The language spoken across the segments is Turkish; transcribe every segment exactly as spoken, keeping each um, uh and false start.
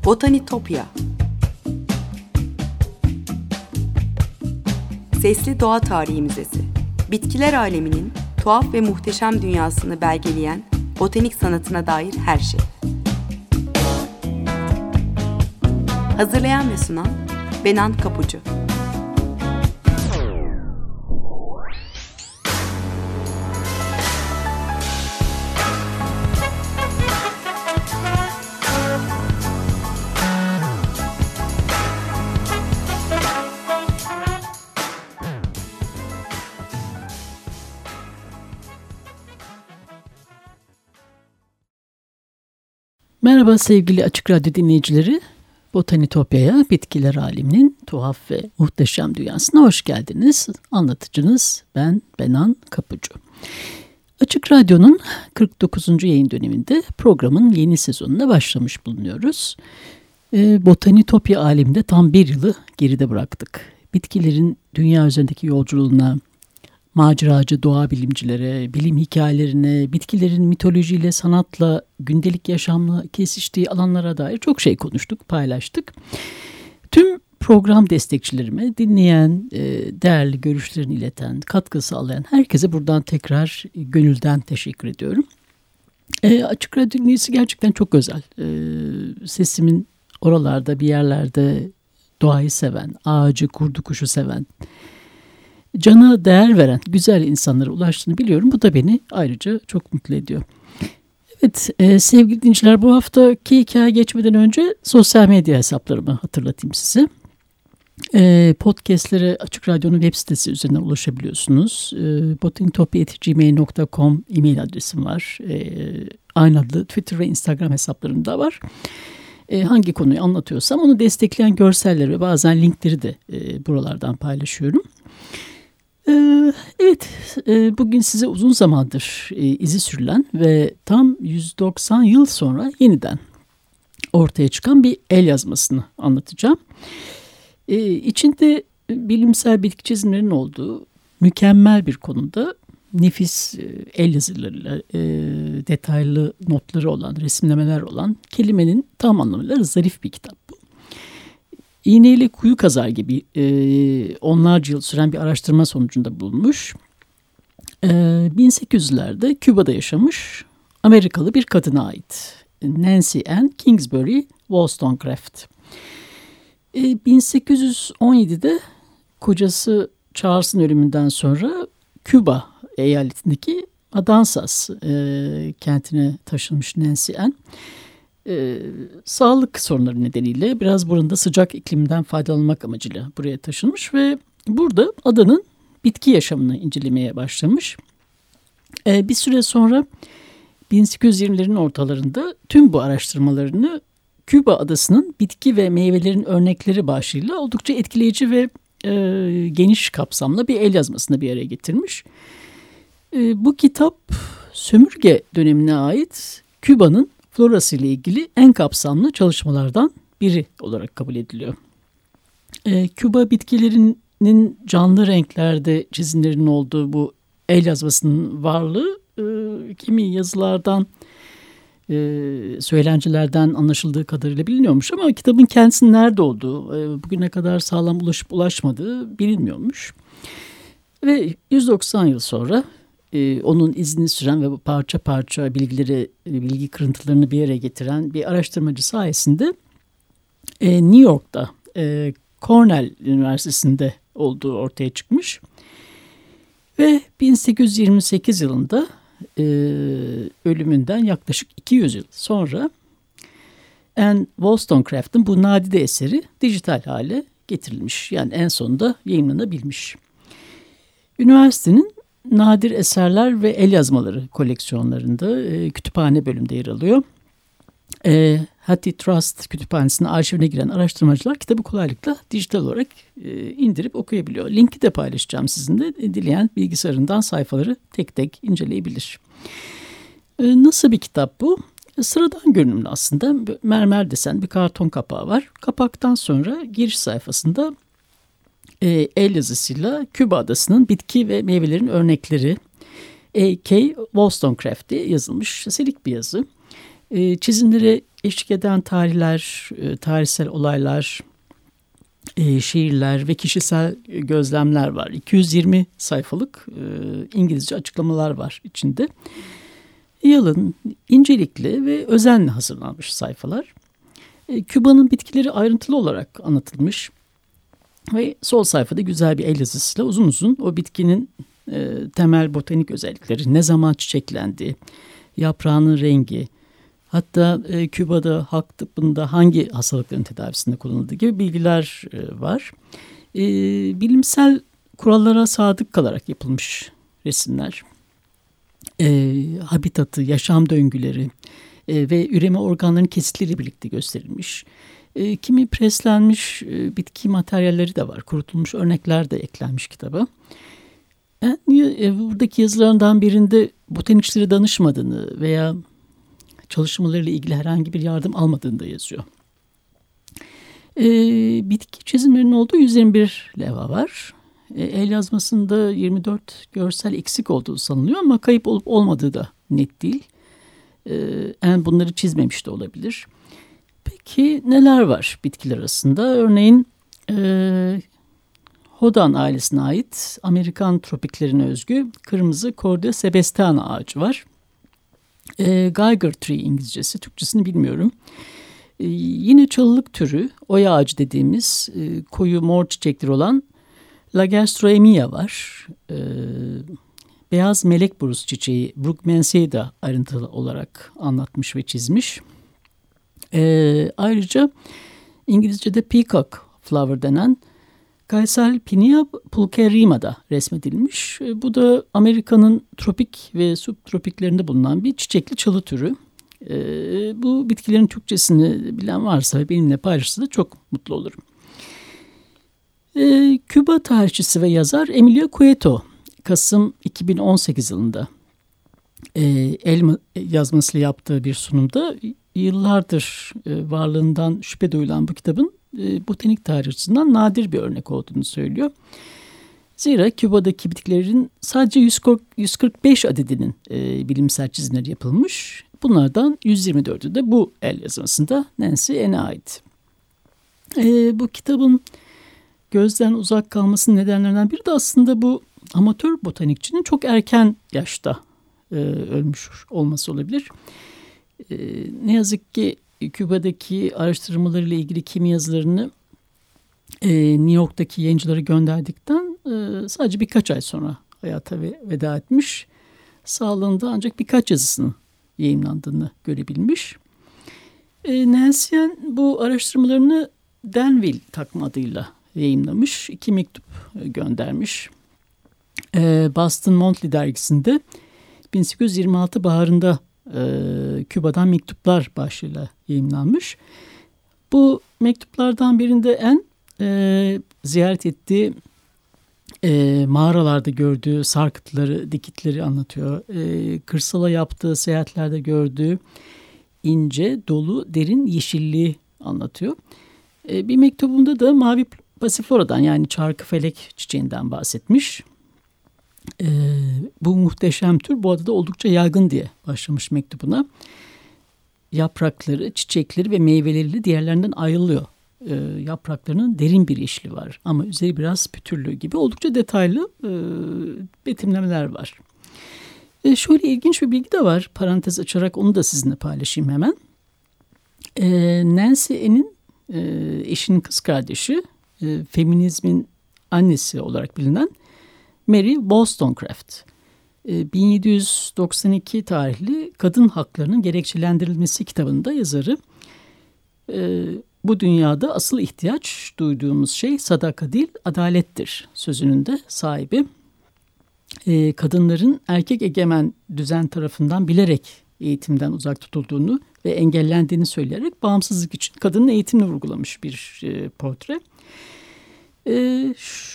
Botanitopya. Sesli Doğa Tarihi Müzesi. Bitkiler aleminin tuhaf ve muhteşem dünyasını belgeleyen botanik sanatına dair her şey. Hazırlayan ve sunan Benan Kapucu. Merhaba sevgili Açık Radyo dinleyicileri. Botanitopya'ya, bitkiler aleminin tuhaf ve muhteşem dünyasına hoş geldiniz. Anlatıcınız ben Benan Kapucu. Açık Radyo'nun kırk dokuzuncu yayın döneminde programın yeni sezonuna başlamış bulunuyoruz. E, Botanitopya aleminde tam bir yılı geride bıraktık. Bitkilerin dünya üzerindeki yolculuğuna, maceracı doğa bilimcilere, bilim hikayelerine, bitkilerin mitolojiyle, sanatla, gündelik yaşamla kesiştiği alanlara dair çok şey konuştuk, paylaştık. Tüm program destekçilerime, dinleyen, değerli görüşlerini ileten, katkı sağlayan herkese buradan tekrar gönülden teşekkür ediyorum. E, Açık Radyo dinleyicisi gerçekten çok özel. E, sesimin oralarda bir yerlerde doğayı seven, ağacı, kurdu kuşu seven, cana değer veren güzel insanlara ulaştığını biliyorum. Bu da beni ayrıca çok mutlu ediyor. Evet e, sevgili dinleyiciler, bu haftaki hikaye geçmeden önce sosyal medya hesaplarımı hatırlatayım size. E, podcastlere Açık Radyo'nun web sitesi üzerinden ulaşabiliyorsunuz. E, botanitopya at gmail nokta com e-mail adresim var. E, aynı adlı Twitter ve Instagram hesaplarım da var. E, hangi konuyu anlatıyorsam onu destekleyen görseller ve bazen linkleri de e, buralardan paylaşıyorum. Evet, bugün size uzun zamandır izi sürülen ve tam yüz doksan yıl sonra yeniden ortaya çıkan bir el yazmasını anlatacağım. İçinde bilimsel bitki çizimlerinin olduğu mükemmel bir konuda nefis el yazılarıyla detaylı notları olan, resimlemeler olan, kelimenin tam anlamıyla zarif bir kitap bu. İğneyle kuyu kazar gibi e, onlarca yıl süren bir araştırma sonucunda bulunmuş. E, bin sekiz yüzlerde Küba'da yaşamış Amerikalı bir kadına ait. Nancy Ann Kingsbury Wollstonecraft. E, bin sekiz yüz on yedide kocası Charles'ın ölümünden sonra Küba eyaletindeki Adansas e, kentine taşınmış Nancy Ann. Ee, sağlık sorunları nedeniyle biraz buranın da sıcak iklimden faydalanmak amacıyla buraya taşınmış ve burada adanın bitki yaşamını incelemeye başlamış. Ee, bir süre sonra bin sekiz yüz yirmilerin ortalarında tüm bu araştırmalarını Küba adasının bitki ve meyvelerin örnekleri başlığıyla oldukça etkileyici ve e, geniş kapsamlı bir el yazmasını bir araya getirmiş. E, bu kitap sömürge dönemine ait Küba'nın florası ile ilgili en kapsamlı çalışmalardan biri olarak kabul ediliyor. Ee, Küba bitkilerinin canlı renklerde çizimlerinin olduğu bu el yazmasının varlığı e, kimi yazılardan, e, söylencilerden anlaşıldığı kadarıyla biliniyormuş ama kitabın kendisinin nerede olduğu, e, bugüne kadar sağlam ulaşıp ulaşmadığı bilinmiyormuş. Ve yüz doksan yıl sonra Ee, onun izini süren ve bu parça parça bilgileri, bilgi kırıntılarını bir araya getiren bir araştırmacı sayesinde e, New York'ta e, Cornell Üniversitesi'nde olduğu ortaya çıkmış. Ve bin sekiz yüz yirmi sekiz yılında e, ölümünden yaklaşık iki yüz yıl sonra Anne Wollstonecraft'ın bu nadide eseri dijital hale getirilmiş. Yani en sonunda yayınlanabilmiş. Üniversitenin nadir eserler ve el yazmaları koleksiyonlarında e, kütüphane bölümünde yer alıyor. E, Hattie Trust Kütüphanesi'nin arşivine giren araştırmacılar kitabı kolaylıkla dijital olarak e, indirip okuyabiliyor. Linki de paylaşacağım sizinle. E, dileyen bilgisayarından sayfaları tek tek inceleyebilir. E, nasıl bir kitap bu? E, sıradan görünümlü aslında. Mermer desen bir karton kapağı var. Kapaktan sonra giriş sayfasında E, el yazısıyla Küba adasının bitki ve meyvelerin örnekleri A K Wollstonecraft diye yazılmış silik bir yazı. E, çizimlere eşlik eden tarihler, e, tarihsel olaylar, e, şiirler ve kişisel gözlemler var. iki yüz yirmi sayfalık e, İngilizce açıklamalar var içinde. Yalın, incelikli ve özenle hazırlanmış sayfalar. E, Küba'nın bitkileri ayrıntılı olarak anlatılmış. Ve sol sayfada güzel bir el yazısıyla uzun uzun o bitkinin e, temel botanik özellikleri, ne zaman çiçeklendiği, yaprağının rengi, hatta e, Küba'da halk tıbbında hangi hastalıkların tedavisinde kullanıldığı gibi bilgiler e, var. E, bilimsel kurallara sadık kalarak yapılmış resimler. E, habitatı, yaşam döngüleri e, ve üreme organlarının kesitleriyle birlikte gösterilmiş. E, kimi preslenmiş e, bitki materyalleri de var. Kurutulmuş örnekler de eklenmiş kitaba. Yani, e, buradaki yazılarından birinde botanikçilere danışmadığını veya çalışmalarıyla ilgili herhangi bir yardım almadığını da yazıyor. E, bitki çizimlerinin olduğu yüz yirmi bir levha var. E, el yazmasında yirmi dört görsel eksik olduğu sanılıyor ama kayıp olup olmadığı da net değil. E, yani bunları çizmemiş de olabilir. Peki neler var bitkiler arasında? Örneğin e, Hodan ailesine ait Amerikan tropiklerine özgü kırmızı Cordea sebastiana ağacı var. E, Geiger Tree İngilizcesi, Türkçesini bilmiyorum. E, yine çalılık türü, oya ağacı dediğimiz e, koyu mor çiçekleri olan Lagerstroemia var. E, beyaz melek borusu çiçeği Brugmansia'yı da ayrıntılı olarak anlatmış ve çizmiş. E, ayrıca İngilizce'de peacock flower denen Caesalpinia pulcherrima da resmedilmiş. E, bu da Amerika'nın tropik ve subtropiklerinde bulunan bir çiçekli çalı türü. E, bu bitkilerin Türkçesini bilen varsa ve benimle paylaşırsa da çok mutlu olurum. E, Küba tarihçisi ve yazar Emilio Cueto, Kasım iki bin on sekiz yılında e, el yazmasıyla yaptığı bir sunumda yıllardır e, varlığından şüphe duyulan bu kitabın e, botanik tarih açısından nadir bir örnek olduğunu söylüyor. Zira Küba'daki bitkilerin sadece yüz kırk beş adedinin e, bilimsel çizimleri yapılmış. Bunlardan yüz yirmi dördü de bu el yazmasında Nancy Ann'e ait. E, bu kitabın gözden uzak kalmasının nedenlerinden biri de aslında bu amatör botanikçinin çok erken yaşta e, ölmüş olması olabilir. E, ne yazık ki Küba'daki araştırmalarıyla ilgili kimi yazılarını e, New York'taki yayıncılara gönderdikten e, sadece birkaç ay sonra hayata ve, veda etmiş. Sağlığında ancak birkaç yazısının yayımlandığını görebilmiş. E, Nancy Ann bu araştırmalarını Danville takma adıyla yayımlamış. İki mektup göndermiş. E, Boston Monthly dergisinde bin sekiz yüz yirmi altı baharında e, Küba'dan mektuplar başlığıyla yayımlanmış. Bu mektuplardan birinde en e, ziyaret ettiği e, mağaralarda gördüğü sarkıtları, dikitleri anlatıyor. E, kırsala yaptığı seyahatlerde gördüğü ince, dolu, derin yeşilliği anlatıyor. E, bir mektubunda da mavi pasifloradan, yani çarkıfelek çiçeğinden bahsetmiş. E, bu muhteşem tür bu adada oldukça yaygın diye başlamış mektubuna. Yaprakları, çiçekleri ve meyveleriyle diğerlerinden ayrılıyor. E, yapraklarının derin bir yeşili var ama üzeri biraz pütürlü gibi oldukça detaylı e, betimlemeler var. E, şöyle ilginç bir bilgi de var. Parantez açarak onu da sizinle paylaşayım hemen. E, Nancy Ann'in e, eşinin kız kardeşi, e, feminizmin annesi olarak bilinen Mary Wollstonecraft. E, bin yedi yüz doksan iki tarihli Kadın Haklarının Gerekçelendirilmesi kitabında yazarı e, bu dünyada asıl ihtiyaç duyduğumuz şey sadaka değil adalettir sözünün de sahibi. E, kadınların erkek egemen düzen tarafından bilerek eğitimden uzak tutulduğunu ve engellendiğini söyleyerek bağımsızlık için kadının eğitimini vurgulamış bir e, portre. E,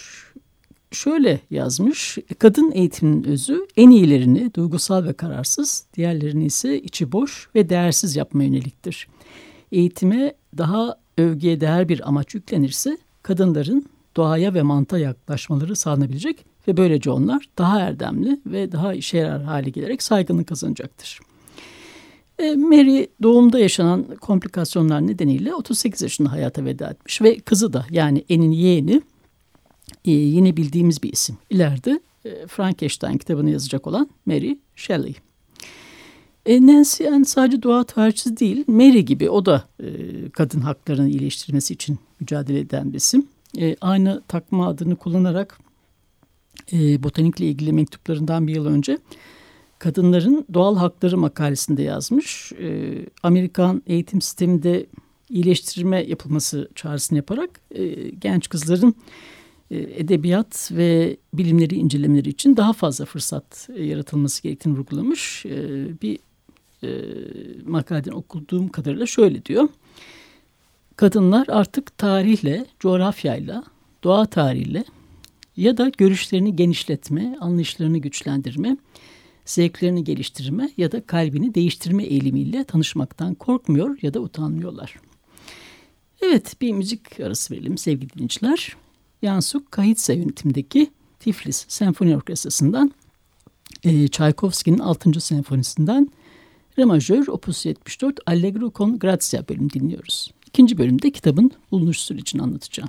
şöyle yazmış: kadın eğitiminin özü en iyilerini duygusal ve kararsız, diğerlerini ise içi boş ve değersiz yapmaya yöneliktir. Eğitime daha övgüye değer bir amaç yüklenirse kadınların doğaya ve mantığa yaklaşmaları sağlanabilecek ve böylece onlar daha erdemli ve daha işe yarar hale gelerek saygınlık kazanacaktır. E, Mary doğumda yaşanan komplikasyonlar nedeniyle otuz sekiz yaşında hayata veda etmiş ve kızı da yani Anne'in yeğeni e, yine bildiğimiz bir isim. İleride e, Frankenstein kitabını yazacak olan Mary Shelley. E, Nancy yani sadece doğa tarihçisi değil, Mary gibi o da e, kadın haklarını iyileştirmesi için mücadele eden bir isim. E, aynı takma adını kullanarak e, botanikle ilgili mektuplarından bir yıl önce kadınların doğal hakları makalesinde yazmış. E, Amerikan eğitim sisteminde iyileştirme yapılması çağrısını yaparak e, genç kızların e, edebiyat ve bilimleri incelemeleri için daha fazla fırsat e, yaratılması gerektiğini vurgulamış. E, bir e, makaleden okuduğum kadarıyla şöyle diyor. Kadınlar artık tarihle, coğrafyayla, doğa tarihiyle ya da görüşlerini genişletme, anlayışlarını güçlendirme, zevklerini geliştirme ya da kalbini değiştirme eğilimiyle tanışmaktan korkmuyor ya da utanmıyorlar. Evet, bir müzik arası verelim sevgili dinleyiciler. Yansuk Kahitsa yönetimindeki Tiflis Senfoni Orkestrası'ndan e, Çaykovski'nin altıncı senfonisinden Re majör Opus yetmiş dört Allegro con Grazia bölümü dinliyoruz. İkinci bölümde kitabın bulunuş sürecini anlatacağım.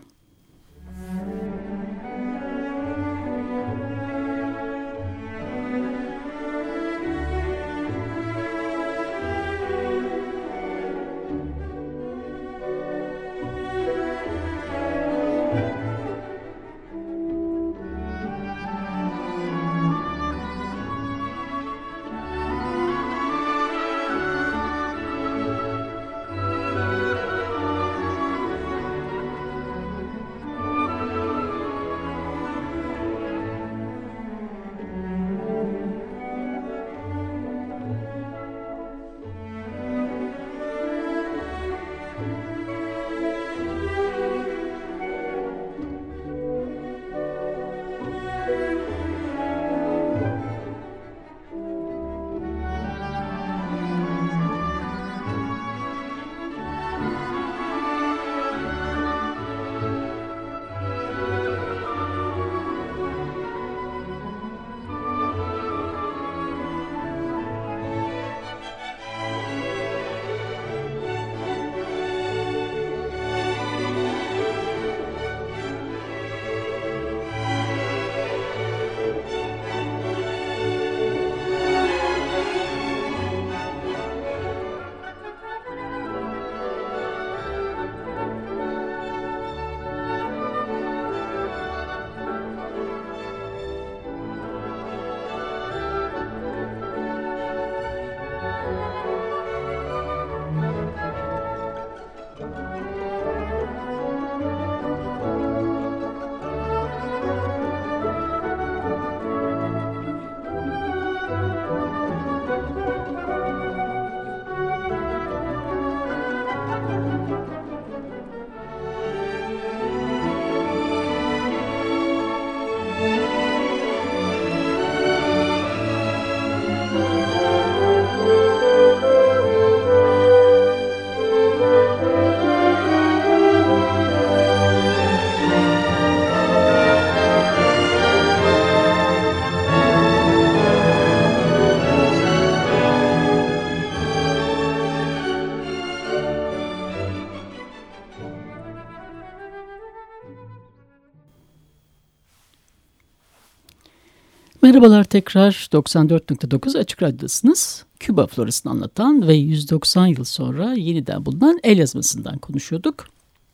Merhabalar tekrar doksan dört nokta dokuz Açık Radyo'dasınız. Küba florasını anlatan ve yüz doksan yıl sonra yeniden bulunan el yazmasından konuşuyorduk.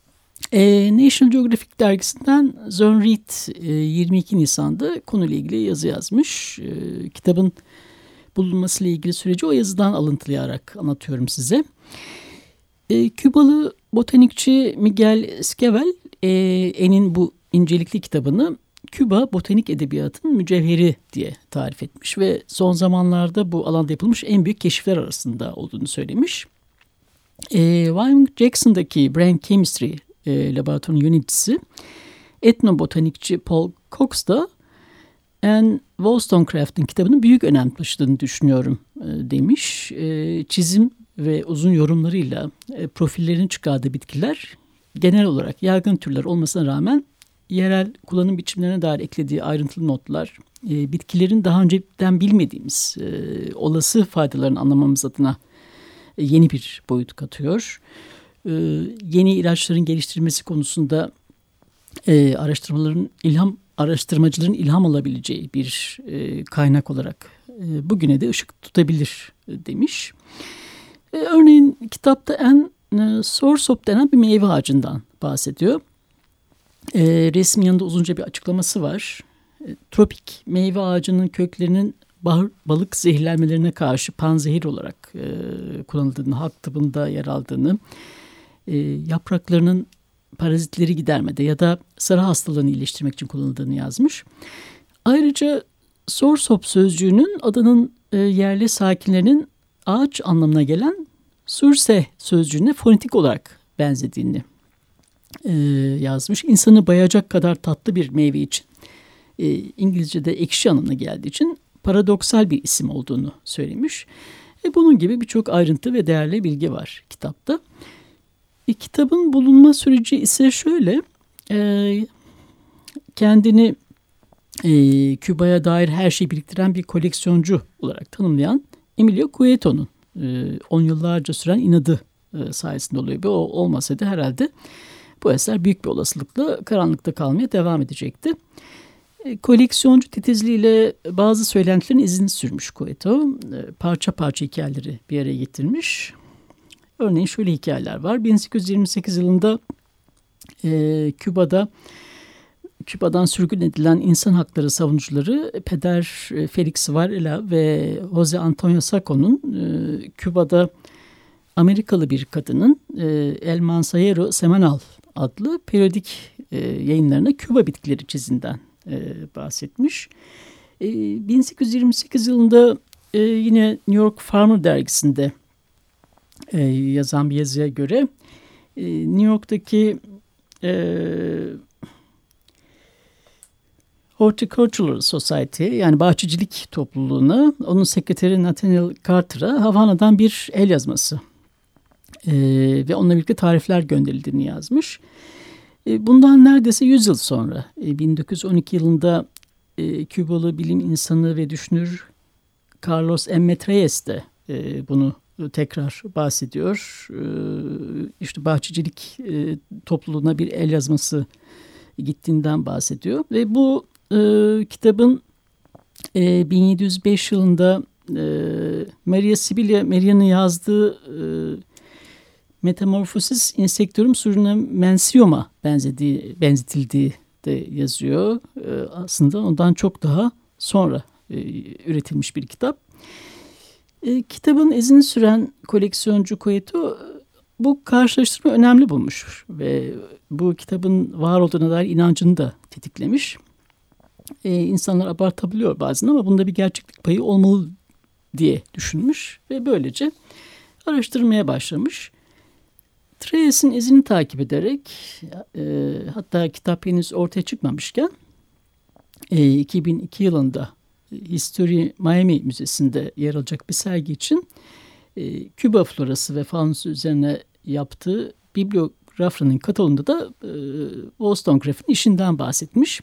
E, National Geographic dergisinden Zön Reed e, yirmi iki Nisan'da konuyla ilgili yazı yazmış. E, kitabın bulunmasıyla ilgili süreci o yazıdan alıntılayarak anlatıyorum size. E, Kübalı botanikçi Miguel Esquivel, e, En'in bu incelikli kitabını Küba botanik edebiyatının mücevheri diye tarif etmiş ve son zamanlarda bu alanda yapılmış en büyük keşifler arasında olduğunu söylemiş. E, Wyoming Jackson'daki Brain Chemistry e, laboratuvarının yöneticisi etnobotanikçi Paul Cox da Anne Wollstonecraft'ın kitabının büyük önem taşıdığını düşünüyorum e, demiş. E, çizim ve uzun yorumlarıyla e, profillerini çıkardığı bitkiler genel olarak yaygın türler olmasına rağmen yerel kullanım biçimlerine dair eklediği ayrıntılı notlar, e, bitkilerin daha önceden bilmediğimiz e, olası faydalarını anlamamız adına e, yeni bir boyut katıyor. E, yeni ilaçların geliştirilmesi konusunda e, araştırmaların ilham araştırmacıların ilham alabileceği bir e, kaynak olarak e, bugüne de ışık tutabilir e, demiş. E, örneğin kitapta en e, soursop denen bir meyve ağacından bahsediyor. E, resmin yanında uzunca bir açıklaması var. E, tropik meyve ağacının köklerinin bahar, balık zehirlenmelerine karşı panzehir olarak e, kullanıldığını, halk tıbbında yer aldığını, e, yapraklarının parazitleri gidermede ya da sarı hastalığını iyileştirmek için kullanıldığını yazmış. Ayrıca soursop sözcüğünün adanın e, yerli sakinlerinin ağaç anlamına gelen surse sözcüğüne fonetik olarak benzediğini e, yazmış. İnsanı bayacak kadar tatlı bir meyve için e, İngilizce'de ekşi anlamına geldiği için paradoksal bir isim olduğunu söylemiş. E, bunun gibi birçok ayrıntı ve değerli bilgi var kitapta. E, kitabın bulunma süreci ise şöyle, e, kendini e, Küba'ya dair her şeyi biriktiren bir koleksiyoncu olarak tanımlayan Emilio Cueto'nun e, on yıllarca süren inadı e, sayesinde oluyor. Bu olmasaydı herhalde bu eser büyük bir olasılıkla karanlıkta kalmaya devam edecekti. E, koleksiyoncu titizliğiyle bazı söylentilerin izini sürmüş Cueto. E, parça parça hikayeleri bir araya getirmiş. Örneğin şöyle hikayeler var. bin sekiz yüz yirmi sekiz yılında e, Küba'da Küba'dan sürgün edilen insan hakları savunucuları Peder e, Felix Varela ve Jose Antonio Saco'nun e, Küba'da Amerikalı bir kadının e, El Mensajero Semanal adlı periyodik e, yayınlarına Küba bitkileri çizinden e, bahsetmiş. E, bin sekiz yüz yirmi sekiz yılında e, yine New York Farmer dergisinde e, yazan bir yazıya göre e, New York'taki e, Horticultural Society yani bahçecilik topluluğuna onun sekreteri Nathaniel Carter'a Havana'dan bir el yazması e, ve onunla birlikte tarifler gönderildiğini yazmış. E, bundan neredeyse yüz yıl sonra e, bin dokuz yüz on iki yılında e, Kübalı bilim insanı ve düşünür Carlos M. Treyes de e, bunu tekrar bahsediyor. E, işte bahçecilik e, topluluğuna bir el yazması gittiğinden bahsediyor ve bu e, kitabın e, bin yedi yüz beş yılında e, Maria Sibylla Merian'ın yazdığı e, Metamorphosis Insectorum Surnamensium'a benzediği, benzetildiği de yazıyor. E, aslında ondan çok daha sonra e, üretilmiş bir kitap. E, kitabın izini süren koleksiyoncu Cueto bu karşılaştırma önemli bulmuş ve bu kitabın var olduğuna dair inancını da tetiklemiş. Ee, insanlar abartabiliyor bazen ama bunda bir gerçeklik payı olmalı diye düşünmüş ve böylece araştırmaya başlamış. Treyes'in izini takip ederek e, hatta kitap henüz ortaya çıkmamışken e, iki bin iki yılında History Miami Müzesi'nde yer alacak bir sergi için e, Küba florası ve faunusu üzerine yaptığı bibliografyanın kataloğunda da e, Wollstonecraft'in işinden bahsetmiş.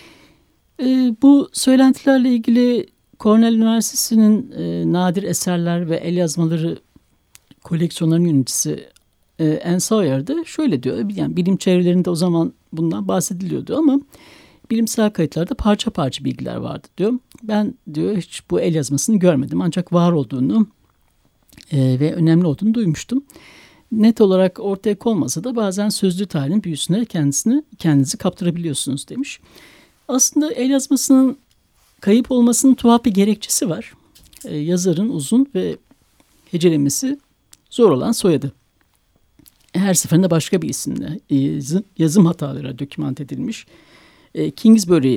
E, bu söylentilerle ilgili Cornell Üniversitesi'nin e, nadir eserler ve el yazmaları koleksiyonlarının yöneticisi e, Anne Sawyer de şöyle diyor. Yani bilim çevrelerinde o zaman bundan bahsediliyordu ama bilimsel kayıtlarda parça parça bilgiler vardı diyor. Ben diyor hiç bu el yazmasını görmedim ancak var olduğunu e, ve önemli olduğunu duymuştum. Net olarak ortaya konmasa da bazen sözlü tarihin büyüsüne kendisini kendinizi kaptırabiliyorsunuz demiş. Aslında el yazmasının kayıp olmasının tuhaf bir gerekçesi var. Ee, yazarın uzun ve hecelemesi zor olan soyadı. Her seferinde başka bir isimle yazım, yazım hataları doküman edilmiş. Ee, Kingsbury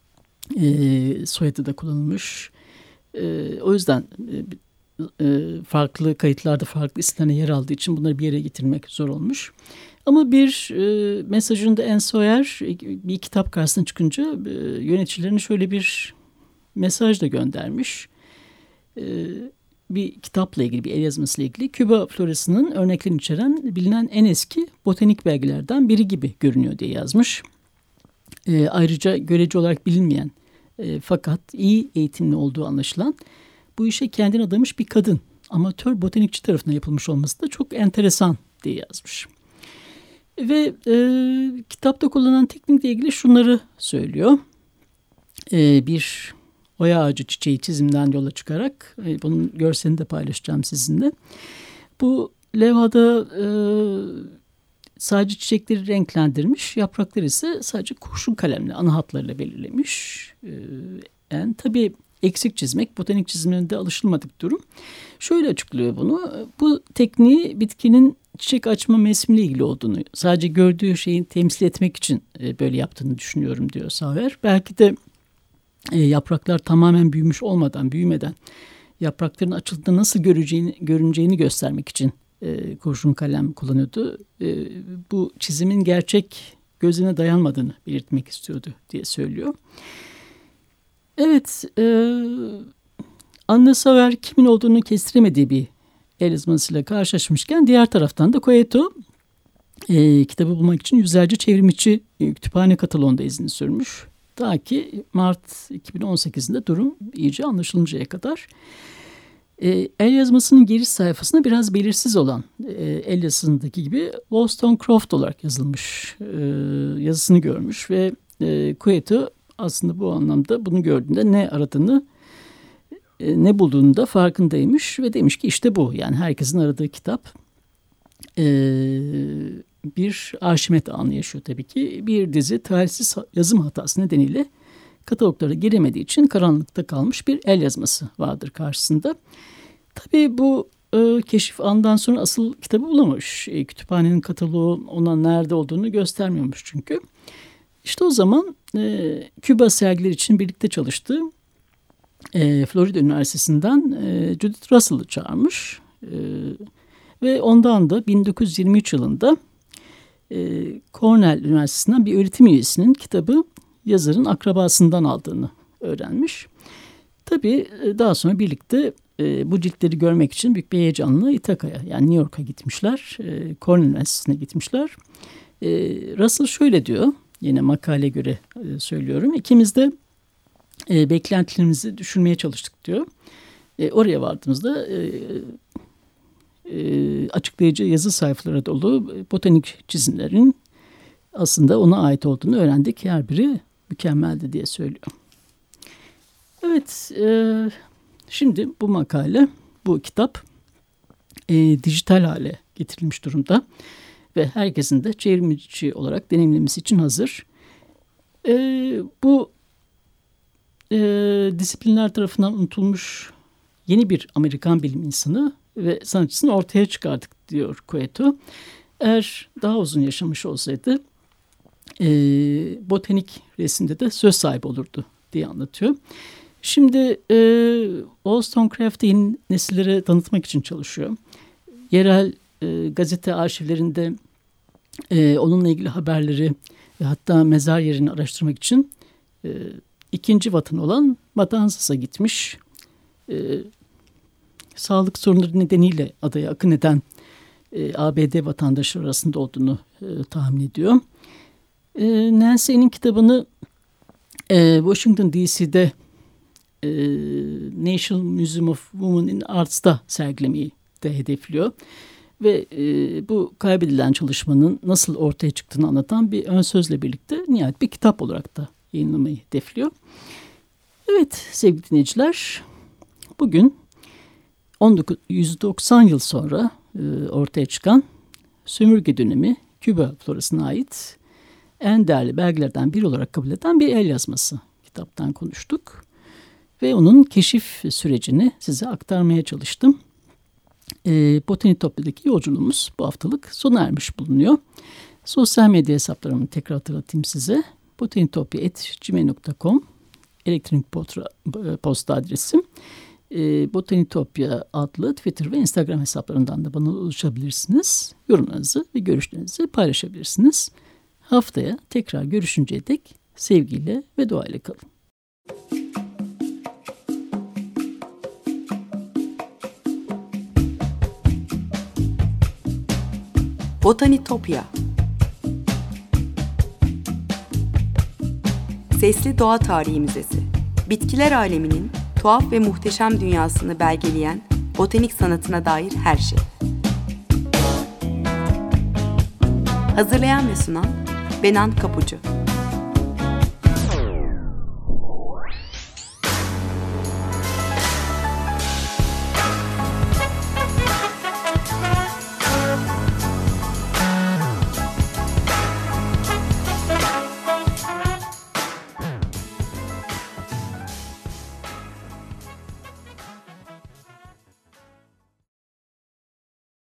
e, soyadı da kullanılmış. E, o yüzden e, e, farklı kayıtlarda farklı isimlerine yer aldığı için bunları bir yere getirmek zor olmuş. Ama bir e, mesajında Anne Sawyer bir kitap karşısına çıkınca e, yöneticilerine şöyle bir mesaj da göndermiş. E, bir kitapla ilgili, bir el yazmasıyla ilgili Küba florasının örneklerini içeren bilinen en eski botanik belgelerden biri gibi görünüyor diye yazmış. E, ayrıca görece olarak bilinmeyen e, fakat iyi eğitimli olduğu anlaşılan bu işe kendini adamış bir kadın amatör botanikçi tarafından yapılmış olması da çok enteresan diye yazmış. Ve e, kitapta kullanılan teknikle ilgili şunları söylüyor. E, bir oya ağacı çiçeği çizimden yola çıkarak e, bunun görselini de paylaşacağım sizinle. Bu levhada e, sadece çiçekleri renklendirmiş, yaprakları ise sadece kurşun kalemle ana hatlarıyla belirlemiş. E, yani tabii eksik çizmek botanik çizimlerinde alışılmadık durum. Şöyle açıklıyor bunu. Bu tekniği bitkinin çiçek açma mevsimiyle ilgili olduğunu, sadece gördüğü şeyi temsil etmek için e, böyle yaptığını düşünüyorum diyor Sauer. Belki de e, yapraklar tamamen büyümüş olmadan, büyümeden yaprakların açıldığında nasıl göreceğini, görüneceğini göstermek için e, kurşun kalem kullanıyordu. E, bu çizimin gerçek gözüne dayanmadığını belirtmek istiyordu diye söylüyor. Evet, e, Anna Sauer kimin olduğunu kestiremediği bir el yazmasıyla karşılaşmışken diğer taraftan da Coeto e, kitabı bulmak için yüzlerce çevrimiçi e, kütüphane kataloğunda izini sürmüş. Ta ki Mart iki bin on sekizinde durum iyice anlaşılıncaya kadar. E, el yazmasının giriş sayfasında biraz belirsiz olan e, el yazısındaki gibi Wollstonecraft olarak yazılmış e, yazısını görmüş ve e, Coeto aslında bu anlamda bunu gördüğünde ne aradığını, e, ne bulduğunu da farkındaymış ve demiş ki işte bu. Yani herkesin aradığı kitap. E, bir Arşimet anı yaşıyor tabii ki. Bir dizi talihsiz yazım hatası nedeniyle kataloglara giremediği için karanlıkta kalmış bir el yazması vardır karşısında. Tabii bu e, keşif andan sonra asıl kitabı bulamamış. E, kütüphanenin kataloğu ona nerede olduğunu göstermiyormuş çünkü. İşte o zaman e, Küba sergileri için birlikte çalıştığı e, Florida Üniversitesi'nden e, Judith Russell'ı çağırmış. E, ve ondan da bin dokuz yüz yirmi üç yılında e, Cornell Üniversitesi'nden bir öğretim üyesinin kitabı yazarın akrabasından aldığını öğrenmiş. Tabii e, daha sonra birlikte e, bu ciltleri görmek için büyük bir heyecanla İthaka'ya, yani New York'a gitmişler. E, Cornell Üniversitesi'ne gitmişler. E, Russell şöyle diyor. Yine makale göre e, söylüyorum. İkimiz de e, beklentilerimizi düşürmeye çalıştık diyor. E, oraya vardığımızda e, e, açıklayıcı yazı sayfaları dolu botanik çizimlerin aslında ona ait olduğunu öğrendik. Her biri mükemmeldi diye söylüyor. Evet, e, şimdi bu makale, bu kitap e, dijital hale getirilmiş durumda. Ve herkesin de çevrimiçi olarak deneyimlemesi için hazır. E, bu e, disiplinler tarafından unutulmuş yeni bir Amerikan bilim insanı ve sanatçısını ortaya çıkardık diyor Coeto. Eğer daha uzun yaşamış olsaydı e, botanik resimde de söz sahibi olurdu diye anlatıyor. Şimdi e, Wollstonecraft'ı yeni nesillere tanıtmak için çalışıyor. Yerel E, gazete arşivlerinde e, onunla ilgili haberleri ve hatta mezar yerini araştırmak için e, ikinci vatanı olan Matanzas'a gitmiş. E, sağlık sorunları nedeniyle adaya akın eden e, A B D vatandaşları arasında olduğunu e, tahmin ediyor. E, Nancy'nin kitabını e, Washington D C'de e, National Museum of Women in Arts'ta sergilemeyi de hedefliyor. Ve e, bu kaybedilen çalışmanın nasıl ortaya çıktığını anlatan bir ön sözle birlikte nihayet bir kitap olarak da yayınlamayı hedefliyor. Evet sevgili dinleyiciler, bugün yüz doksan yıl sonra e, ortaya çıkan sömürge dönemi Küba florasına ait en değerli belgelerden biri olarak kabul edilen bir el yazması kitaptan konuştuk. Ve onun keşif sürecini size aktarmaya çalıştım. E, Botanitopya'daki yolculuğumuz bu haftalık sona ermiş bulunuyor. Sosyal medya hesaplarımı tekrar hatırlatayım size. botanitopya at gmail nokta com elektronik posta, posta adresim. E, Botanitopya adlı Twitter ve Instagram hesaplarından da bana ulaşabilirsiniz. Yorumlarınızı ve görüşlerinizi paylaşabilirsiniz. Haftaya tekrar görüşünceye dek sevgiyle ve duayla kalın. Botanitopya. Sesli Doğa Tarihi Müzesi. Bitkiler aleminin tuhaf ve muhteşem dünyasını belgeleyen botanik sanatına dair her şey. Hazırlayan ve sunan Benan Kapucu.